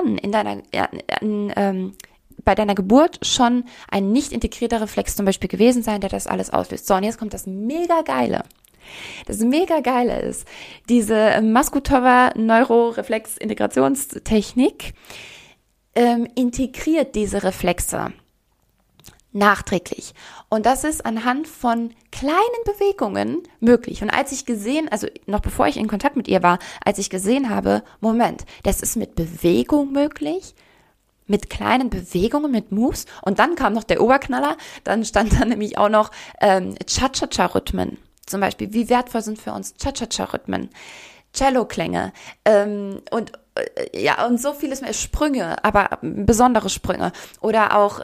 Speaker 1: bei deiner Geburt schon ein nicht integrierter Reflex zum Beispiel gewesen sein, der das alles auslöst. So, und jetzt kommt das mega Geile. Das mega Geile ist, diese Maskutowa Neuroreflex-Integrationstechnik integriert diese Reflexe nachträglich. Und das ist anhand von kleinen Bewegungen möglich. Und als ich noch bevor ich in Kontakt mit ihr war, als ich gesehen habe, Moment, das ist mit Bewegung möglich, mit kleinen Bewegungen, mit Moves. Und dann kam noch der Oberknaller, dann stand da nämlich auch noch Cha-Cha-Cha-Rhythmen. Zum Beispiel, wie wertvoll sind für uns Cha-Cha-Cha-Rhythmen, Cello-Klänge und so vieles mehr, Sprünge, aber besondere Sprünge oder auch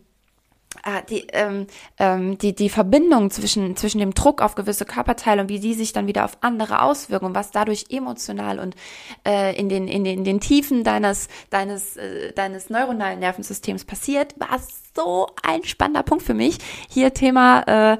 Speaker 1: die Verbindung zwischen dem Druck auf gewisse Körperteile und wie die sich dann wieder auf andere auswirken und was dadurch emotional und in den Tiefen deines neuronalen Nervensystems passiert, war so ein spannender Punkt für mich. Hier Thema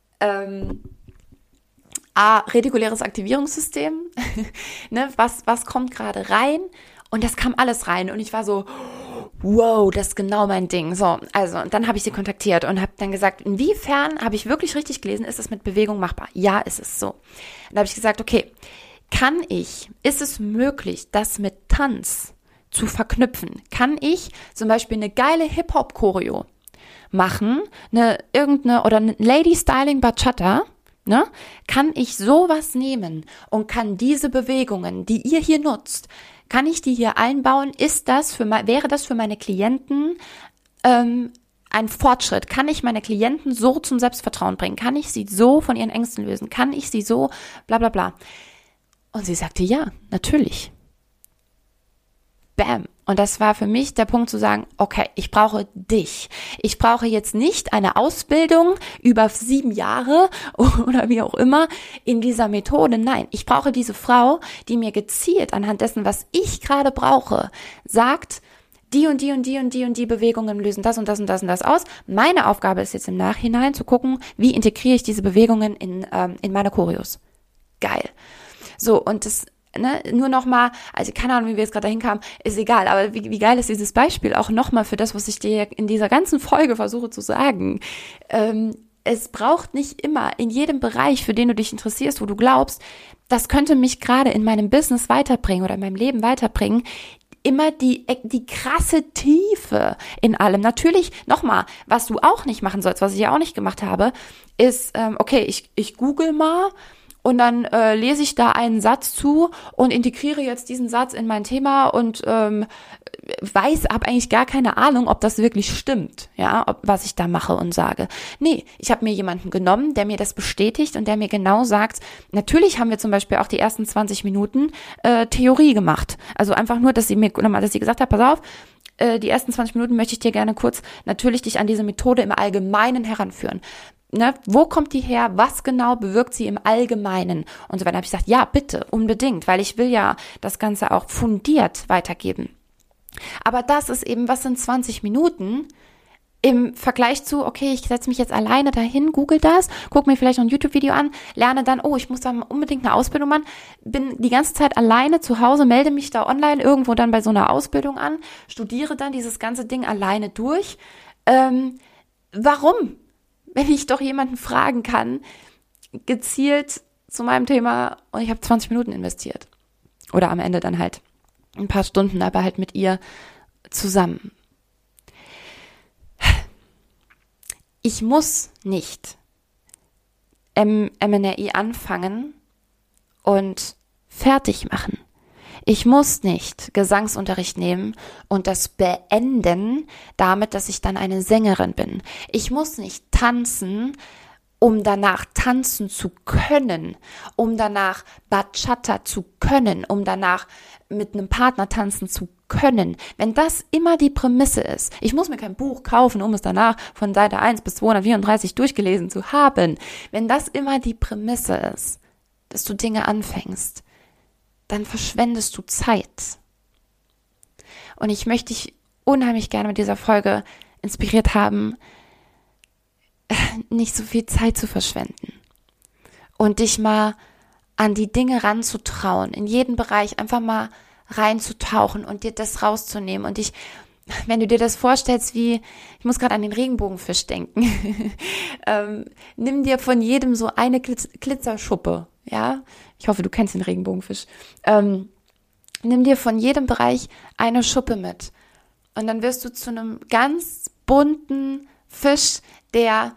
Speaker 1: retikuläres Aktivierungssystem, ne, was kommt gerade rein? Und das kam alles rein und ich war so, wow, das ist genau mein Ding. So, also, und dann habe ich sie kontaktiert und habe dann gesagt, inwiefern, habe ich wirklich richtig gelesen, ist es mit Bewegung machbar? Ja, ist es so. Dann habe ich gesagt, okay, ist es möglich, das mit Tanz zu verknüpfen? Kann ich zum Beispiel eine geile Hip-Hop-Choreo machen, eine Lady-Styling Bachata, ne? Kann ich sowas nehmen und kann diese Bewegungen, die ihr hier nutzt, kann ich die hier einbauen? Wäre das für meine Klienten ein Fortschritt? Kann ich meine Klienten so zum Selbstvertrauen bringen? Kann ich sie so von ihren Ängsten lösen? Kann ich sie so bla bla bla? Und sie sagte, ja, natürlich. Bam. Und das war für mich der Punkt zu sagen, okay, ich brauche dich. Ich brauche jetzt nicht eine Ausbildung über 7 Jahre oder wie auch immer in dieser Methode. Nein, ich brauche diese Frau, die mir gezielt anhand dessen, was ich gerade brauche, sagt, die und die und die und die und die Bewegungen lösen das und das und das und das aus. Meine Aufgabe ist jetzt im Nachhinein zu gucken, wie integriere ich diese Bewegungen in meine Choreos. Geil. So, und das nur nochmal, also keine Ahnung, wie wir jetzt gerade dahin kamen, ist egal, aber wie geil ist dieses Beispiel auch nochmal für das, was ich dir in dieser ganzen Folge versuche zu sagen. Es braucht nicht immer in jedem Bereich, für den du dich interessierst, wo du glaubst, das könnte mich gerade in meinem Business weiterbringen oder in meinem Leben weiterbringen, immer die krasse Tiefe in allem. Natürlich, nochmal, was du auch nicht machen sollst, was ich ja auch nicht gemacht habe, ist, okay, ich google mal und dann lese ich da einen Satz zu und integriere jetzt diesen Satz in mein Thema und habe eigentlich gar keine Ahnung, ob das wirklich stimmt, ja, was ich da mache und sage. Nee, ich habe mir jemanden genommen, der mir das bestätigt und der mir genau sagt, natürlich haben wir zum Beispiel auch die ersten 20 Minuten Theorie gemacht. Also einfach nur, dass sie gesagt hat, pass auf, die ersten 20 Minuten möchte ich dir gerne kurz natürlich dich an diese Methode im Allgemeinen heranführen. Ne, wo kommt die her? Was genau bewirkt sie im Allgemeinen? Und so weiter. Da habe ich gesagt, ja, bitte, unbedingt, weil ich will ja das Ganze auch fundiert weitergeben. Aber das ist eben, was sind 20 Minuten im Vergleich zu, okay, ich setze mich jetzt alleine dahin, google das, gucke mir vielleicht noch ein YouTube-Video an, lerne dann, ich muss dann unbedingt eine Ausbildung machen, bin die ganze Zeit alleine zu Hause, melde mich da online irgendwo dann bei so einer Ausbildung an, studiere dann dieses ganze Ding alleine durch. Warum? Wenn ich doch jemanden fragen kann, gezielt zu meinem Thema und ich habe 20 Minuten investiert. Oder am Ende dann halt ein paar Stunden, aber halt mit ihr zusammen. Ich muss nicht MNRI anfangen und fertig machen. Ich muss nicht Gesangsunterricht nehmen und das beenden damit, dass ich dann eine Sängerin bin. Ich muss nicht tanzen, um danach tanzen zu können, um danach Bachata zu können, um danach mit einem Partner tanzen zu können. Wenn das immer die Prämisse ist, ich muss mir kein Buch kaufen, um es danach von Seite 1 bis 234 durchgelesen zu haben. Wenn das immer die Prämisse ist, dass du Dinge anfängst, dann verschwendest du Zeit. Und ich möchte dich unheimlich gerne mit dieser Folge inspiriert haben, nicht so viel Zeit zu verschwenden und dich mal an die Dinge ranzutrauen, in jeden Bereich einfach mal reinzutauchen und dir das rauszunehmen und wenn du dir das vorstellst ich muss gerade an den Regenbogenfisch denken, nimm dir von jedem so eine Glitzerschuppe, ja, ich hoffe, du kennst den Regenbogenfisch, nimm dir von jedem Bereich eine Schuppe mit und dann wirst du zu einem ganz bunten Fisch, der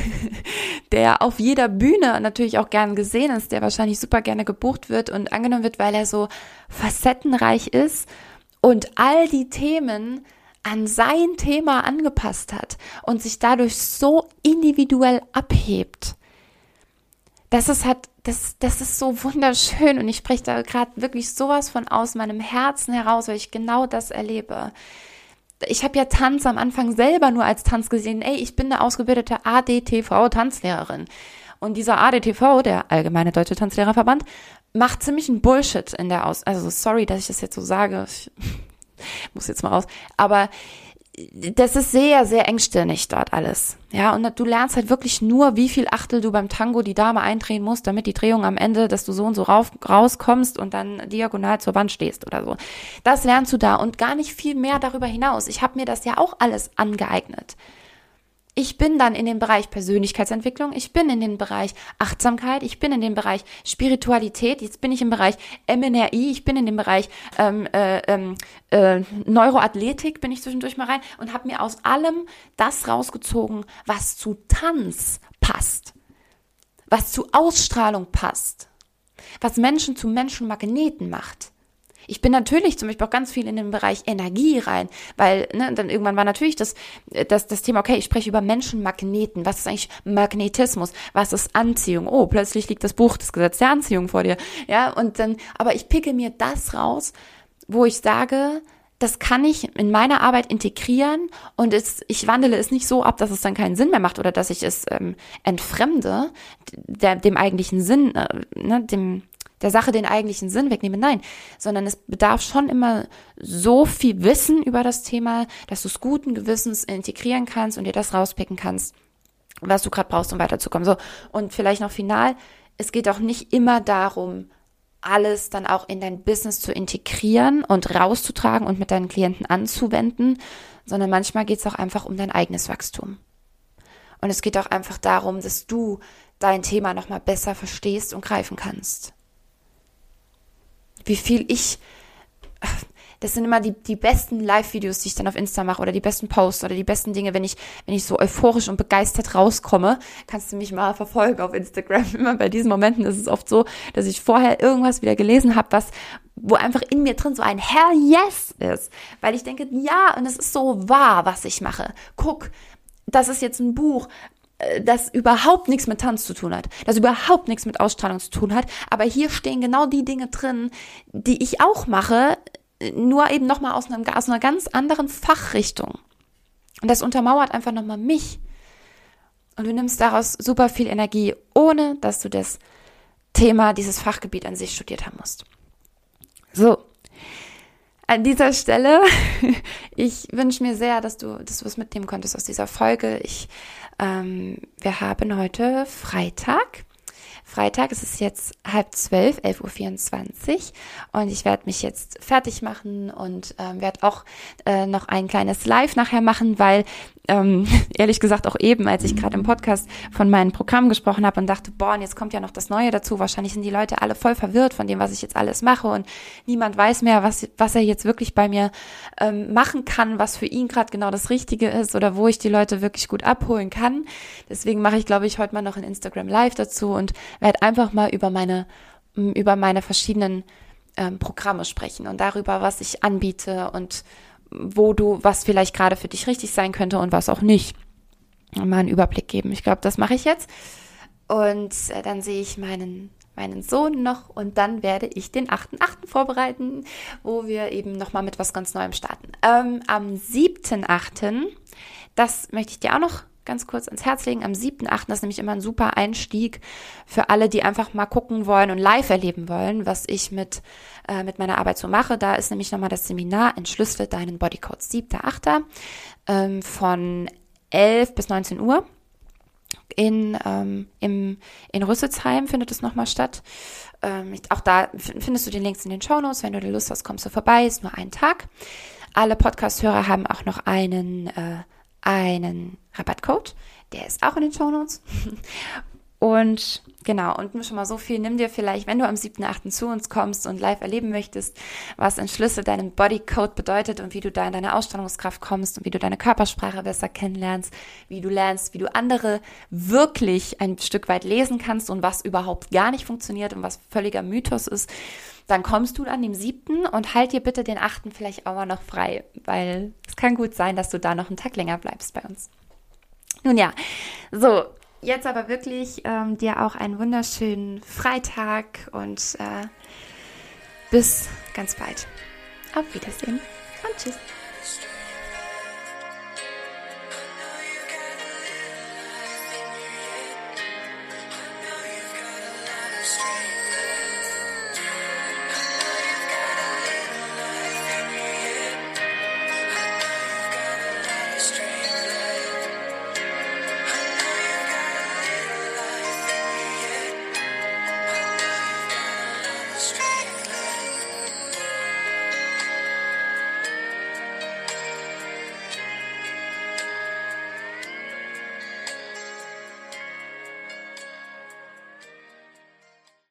Speaker 1: auf jeder Bühne natürlich auch gern gesehen ist, der wahrscheinlich super gerne gebucht wird und angenommen wird, weil er so facettenreich ist und all die Themen an sein Thema angepasst hat und sich dadurch so individuell abhebt. Das ist so wunderschön und ich spreche da gerade wirklich sowas von aus meinem Herzen heraus, weil ich genau das erlebe. Ich habe ja Tanz am Anfang selber nur als Tanz gesehen. Ich bin eine ausgebildete ADTV-Tanzlehrerin. Und dieser ADTV, der Allgemeine Deutsche Tanzlehrerverband, macht ziemlich einen Bullshit in der Also sorry, dass ich das jetzt so sage. Ich muss jetzt mal raus. Aber das ist sehr, sehr engstirnig dort alles. Ja, und du lernst halt wirklich nur, wie viel Achtel du beim Tango die Dame eindrehen musst, damit die Drehung am Ende, dass du so und so rauskommst und dann diagonal zur Wand stehst oder so. Das lernst du da und gar nicht viel mehr darüber hinaus. Ich habe mir das ja auch alles angeeignet. Ich bin dann in den Bereich Persönlichkeitsentwicklung, ich bin in den Bereich Achtsamkeit, ich bin in den Bereich Spiritualität, jetzt bin ich im Bereich MNRI, ich bin in den Bereich Neuroathletik, bin ich zwischendurch mal rein und habe mir aus allem das rausgezogen, was zu Tanz passt, was zu Ausstrahlung passt, was Menschen zu Menschenmagneten macht. Ich bin natürlich zum Beispiel auch ganz viel in den Bereich Energie rein, weil dann irgendwann war natürlich das Thema, okay, ich spreche über Menschenmagneten. Was ist eigentlich Magnetismus? Was ist Anziehung? Oh, plötzlich liegt das Buch, das Gesetz der Anziehung vor dir. Ja, und dann, aber ich picke mir das raus, wo ich sage, das kann ich in meiner Arbeit integrieren und ich wandele es nicht so ab, dass es dann keinen Sinn mehr macht oder dass ich es entfremde, dem eigentlichen Sinn, der Sache den eigentlichen Sinn wegnehme, nein, sondern es bedarf schon immer so viel Wissen über das Thema, dass du es guten Gewissens integrieren kannst und dir das rauspicken kannst, was du gerade brauchst, um weiterzukommen. So, und vielleicht noch final, es geht auch nicht immer darum, alles dann auch in dein Business zu integrieren und rauszutragen und mit deinen Klienten anzuwenden, sondern manchmal geht es auch einfach um dein eigenes Wachstum. Und es geht auch einfach darum, dass du dein Thema nochmal besser verstehst und greifen kannst. Wie viel Das sind immer die besten Live-Videos, die ich dann auf Insta mache oder die besten Posts oder die besten Dinge, wenn ich so euphorisch und begeistert rauskomme, kannst du mich mal verfolgen auf Instagram. Immer bei diesen Momenten ist es oft so, dass ich vorher irgendwas wieder gelesen habe, wo einfach in mir drin so ein Hell yes ist, weil ich denke, ja, und es ist so wahr, was ich mache. Guck, das ist jetzt ein Buch, das überhaupt nichts mit Tanz zu tun hat, das überhaupt nichts mit Ausstrahlung zu tun hat, aber hier stehen genau die Dinge drin, die ich auch mache, nur eben nochmal aus einer ganz anderen Fachrichtung. Und das untermauert einfach nochmal mich. Und du nimmst daraus super viel Energie, ohne dass du das Thema, dieses Fachgebiet an sich studiert haben musst. So, an dieser Stelle, ich wünsche mir sehr, dass du was mitnehmen konntest aus dieser Folge. Wir haben heute Freitag. Es ist jetzt 11:30, 11:24 Uhr und ich werde mich jetzt fertig machen und werde auch noch ein kleines Live nachher machen, weil ehrlich gesagt auch eben, als ich gerade im Podcast von meinem Programm gesprochen habe und dachte, boah, und jetzt kommt ja noch das Neue dazu, wahrscheinlich sind die Leute alle voll verwirrt von dem, was ich jetzt alles mache und niemand weiß mehr, was er jetzt wirklich bei mir machen kann, was für ihn gerade genau das Richtige ist oder wo ich die Leute wirklich gut abholen kann. Deswegen mache ich, glaube ich, heute mal noch ein Instagram Live dazu und werde einfach mal über meine verschiedenen Programme sprechen und darüber, was ich anbiete und was vielleicht gerade für dich richtig sein könnte und was auch nicht. Und mal einen Überblick geben. Ich glaube, das mache ich jetzt. Und dann sehe ich meinen Sohn noch und dann werde ich den 8.8. vorbereiten, wo wir eben nochmal mit was ganz Neuem starten. Am 7.8., das möchte ich dir auch noch ganz kurz ans Herz legen. Am 7.8. ist nämlich immer ein super Einstieg für alle, die einfach mal gucken wollen und live erleben wollen, was ich mit meiner Arbeit so mache. Da ist nämlich nochmal das Seminar Entschlüssele deinen Bodycode. 7.8. Von 11 bis 19 Uhr. In Rüsselsheim findet es nochmal statt. Auch da findest du den Links in den Shownotes. Wenn du da Lust hast, kommst du vorbei. Ist nur ein Tag. Alle Podcast-Hörer haben auch noch einen Rabattcode. Der ist auch in den Shownotes. Und genau, und nur schon mal so viel, nimm dir vielleicht, wenn du am 7.8. zu uns kommst und live erleben möchtest, was Entschlüssel deinen Bodycode bedeutet und wie du da in deine Ausstrahlungskraft kommst und wie du deine Körpersprache besser kennenlernst, wie du lernst, wie du andere wirklich ein Stück weit lesen kannst und was überhaupt gar nicht funktioniert und was völliger Mythos ist, dann kommst du an dem 7. und halt dir bitte den 8. vielleicht auch mal noch frei, weil es kann gut sein, dass du da noch einen Tag länger bleibst bei uns. Nun ja, so, jetzt aber wirklich dir auch einen wunderschönen Freitag und bis ganz bald. Auf Wiedersehen und tschüss.
Speaker 2: Strength.